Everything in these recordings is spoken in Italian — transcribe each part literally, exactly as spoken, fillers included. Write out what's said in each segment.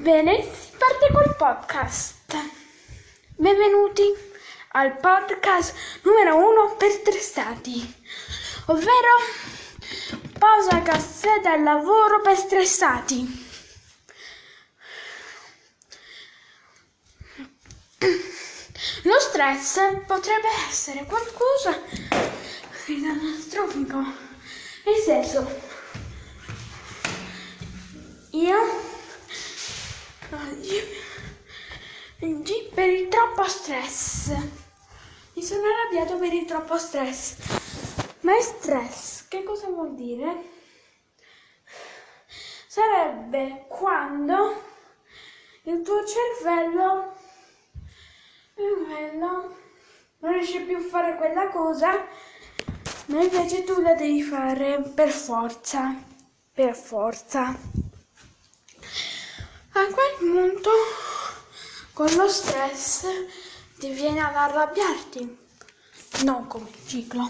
Bene, si parte col podcast. Benvenuti al podcast numero uno per stressati, ovvero pausa caffè dal lavoro per stressati. Lo stress potrebbe essere qualcosa di catastrofico, nel senso, io oggi, oggi per il troppo stress mi sono arrabbiato per il troppo stress. Ma il stress che cosa vuol dire? Sarebbe quando il tuo cervello cervello non riesce più a fare quella cosa, ma invece tu la devi fare per forza, per forza. A quel punto, con lo stress, ti viene ad arrabbiarti, non come il ciclo,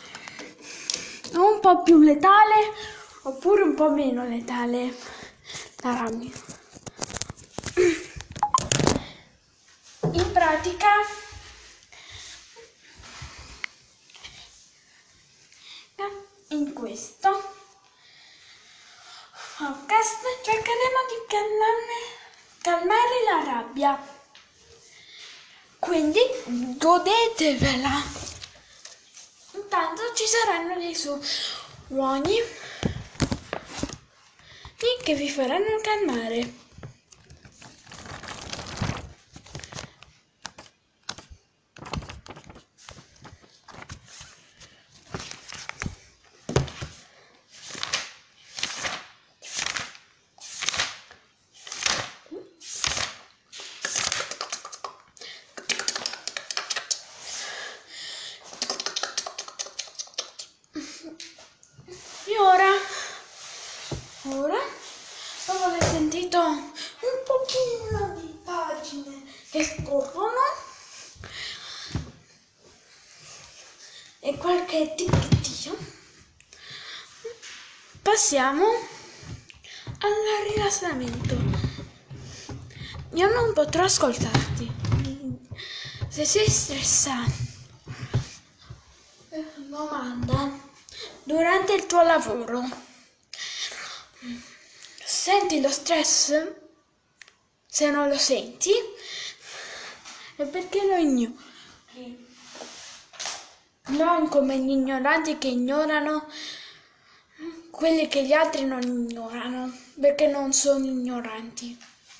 un po' più letale oppure un po' meno letale la rabbia. In pratica, in questo podcast cercheremo di calmare, calmare la rabbia, quindi godetevela. Intanto ci saranno dei suoni che vi faranno calmare. E ora, ora, dopo aver sentito un pochino di pagine che scorrono e qualche ticchettio, passiamo al rilassamento. Io non potrò ascoltarti se sei stressato. Domanda: durante il tuo lavoro senti lo stress? Se non lo senti, è perché lo ignori. Non come gli ignoranti che ignorano quelli che gli altri non ignorano, perché non sono ignoranti.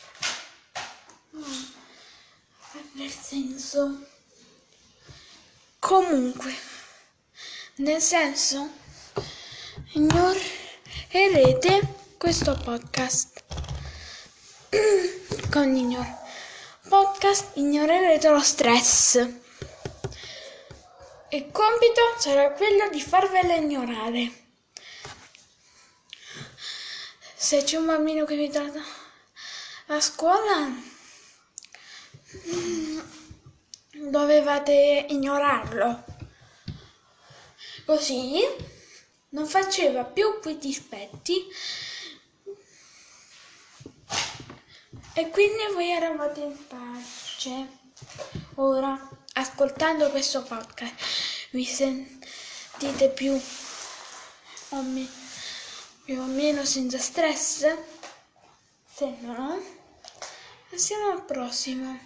Nel senso, comunque, nel senso, ignorerete questo podcast. Con ignor podcast ignorerete lo stress. Il compito sarà quello di farvelo ignorare. Se c'è un bambino che vi dà a scuola, dovevate ignorarlo. Così non faceva più quei dispetti e quindi voi eravate in pace. Ora, ascoltando questo podcast, vi sentite più o, me, più o meno senza stress? Se no, passiamo al prossimo.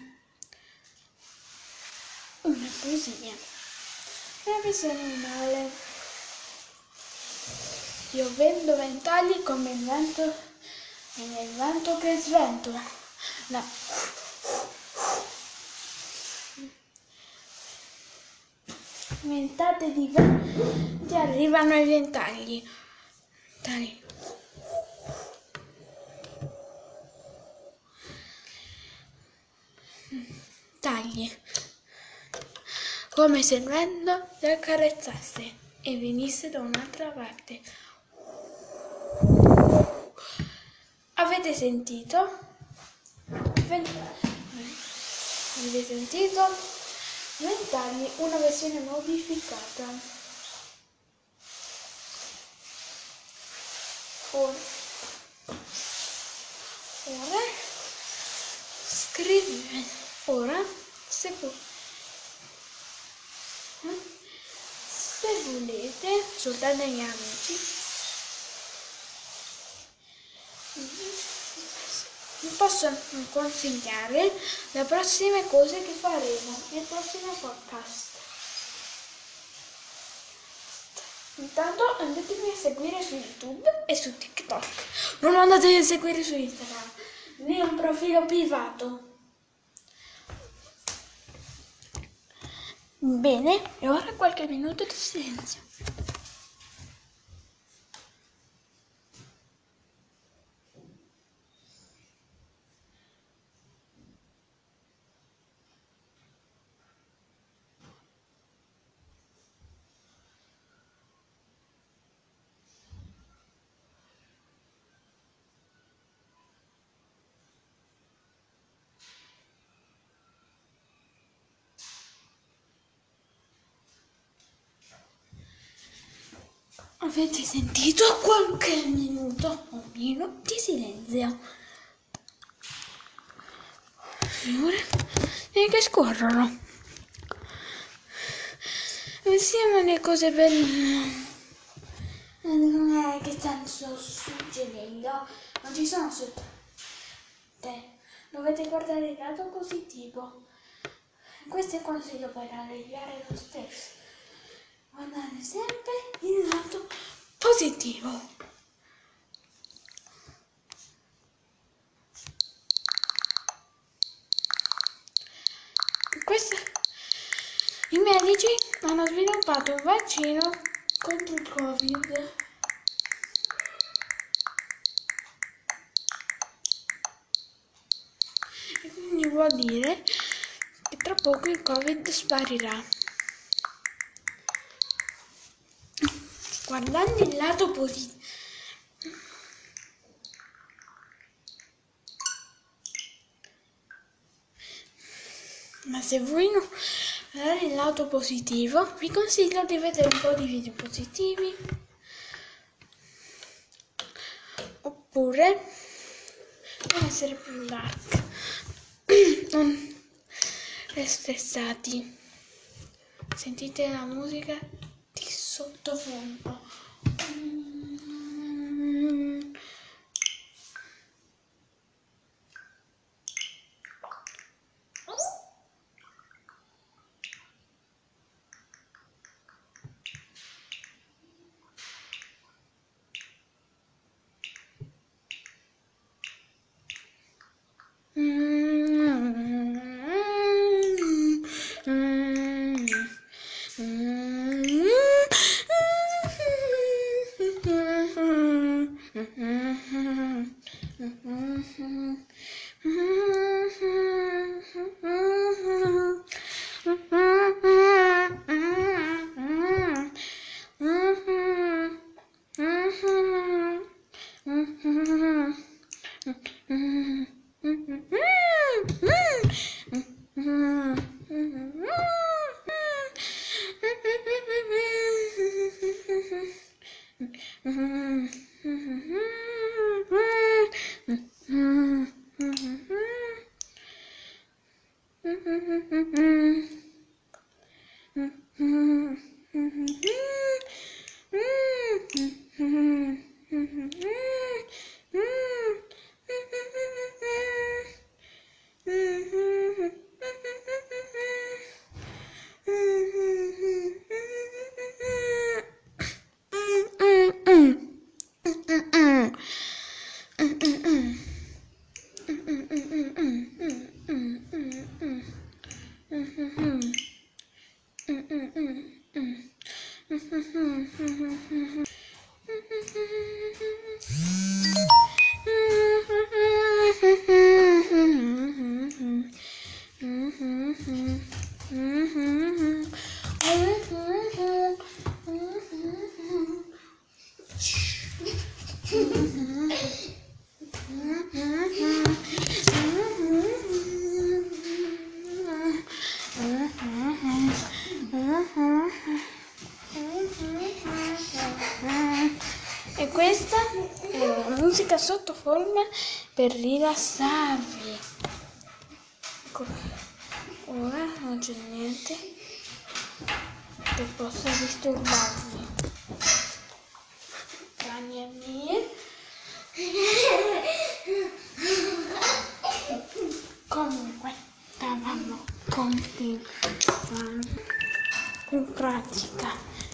Una poesia. Una visione animale. Io vendo ventagli come il vento, e nel vento che sventola. No. Ventate di venti arrivano i ventagli. Tagli. Tagli. Come se il vento ti accarezzasse e venisse da un'altra parte. Avete sentito? Avete sentito? Ventagli, una versione modificata. Ora, ora scrivere. Ora, se, se volete, soltanto ai miei amici, vi posso consigliare le prossime cose che faremo nel prossimo podcast. Intanto andatemi a seguire su YouTube e su TikTok. Non andatevi a seguire su Instagram, né un profilo privato. Bene, e ora qualche minuto di silenzio. Avete sentito qualche minuto o meno di silenzio? E ora e che scorrono. Insieme alle cose belle che stanno succedendo, non ci sono soltanto. Dovete guardare il lato positivo. Questo è il consiglio per alleviare lo stress. Guardate sempre il lato positivo. Questo, i medici hanno sviluppato un vaccino contro il Covid. E quindi vuol dire che tra poco il Covid sparirà. Guardando il lato positivo. Ma se voi non guardate il lato positivo, vi consiglio di vedere un po' di video positivi. Oppure non essere più dark. Non stressati. Sentite la musica di sottofondo. E questa è una musica sottofondo per rilassarvi. ecco, ora non c'è niente che possa disturbarmi. Cani miei. Comunque stavamo continuando in pratica.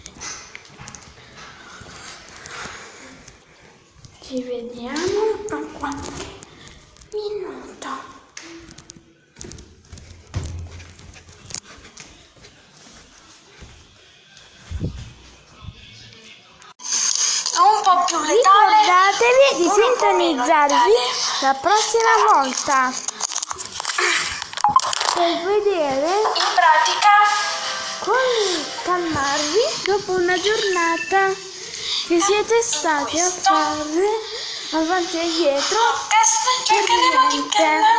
Ci vediamo tra qualche minuto. Un po' più letale. Ricordatevi di sintonizzarvi la prossima volta per vedere In pratica come calmarvi dopo una giornata che siete stati a fare avanti e dietro test per cercheremo di niente.